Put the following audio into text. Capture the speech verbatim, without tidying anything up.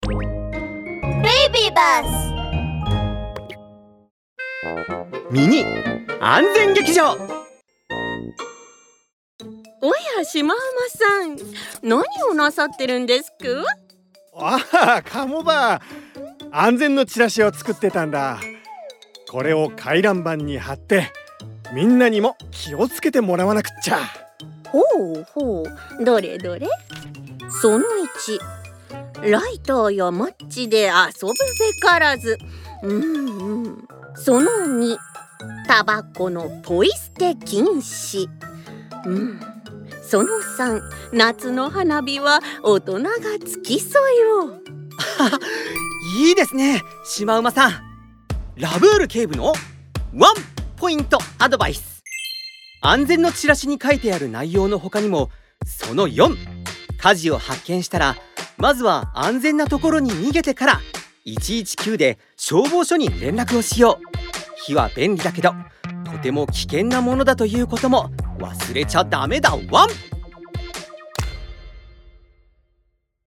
ベイビーバスミニ安全劇場。 おや、シマウマさん、何をなさってるんですか？ ああ、カモバ、安全のチラシを作ってたんだ。これを回覧板に貼ってみんなにも気をつけてもらわなくっちゃ。 ほうほう、どれどれ。そのいち、ライターやマッチで遊ぶべからず。うんうん。そのに、タバコのポイ捨て禁止。うん。そのさん、夏の花火は大人が付き添いを。 いいですね、シマウマさん。ラブール警部のワンポイントアドバイス。安全のチラシに書いてある内容の他にも、そのよん、火事を発見したらまずは安全なところに逃げてからいちいちきゅうで消防署に連絡をしよう。火は便利だけどとても危険なものだということも忘れちゃダメだワン。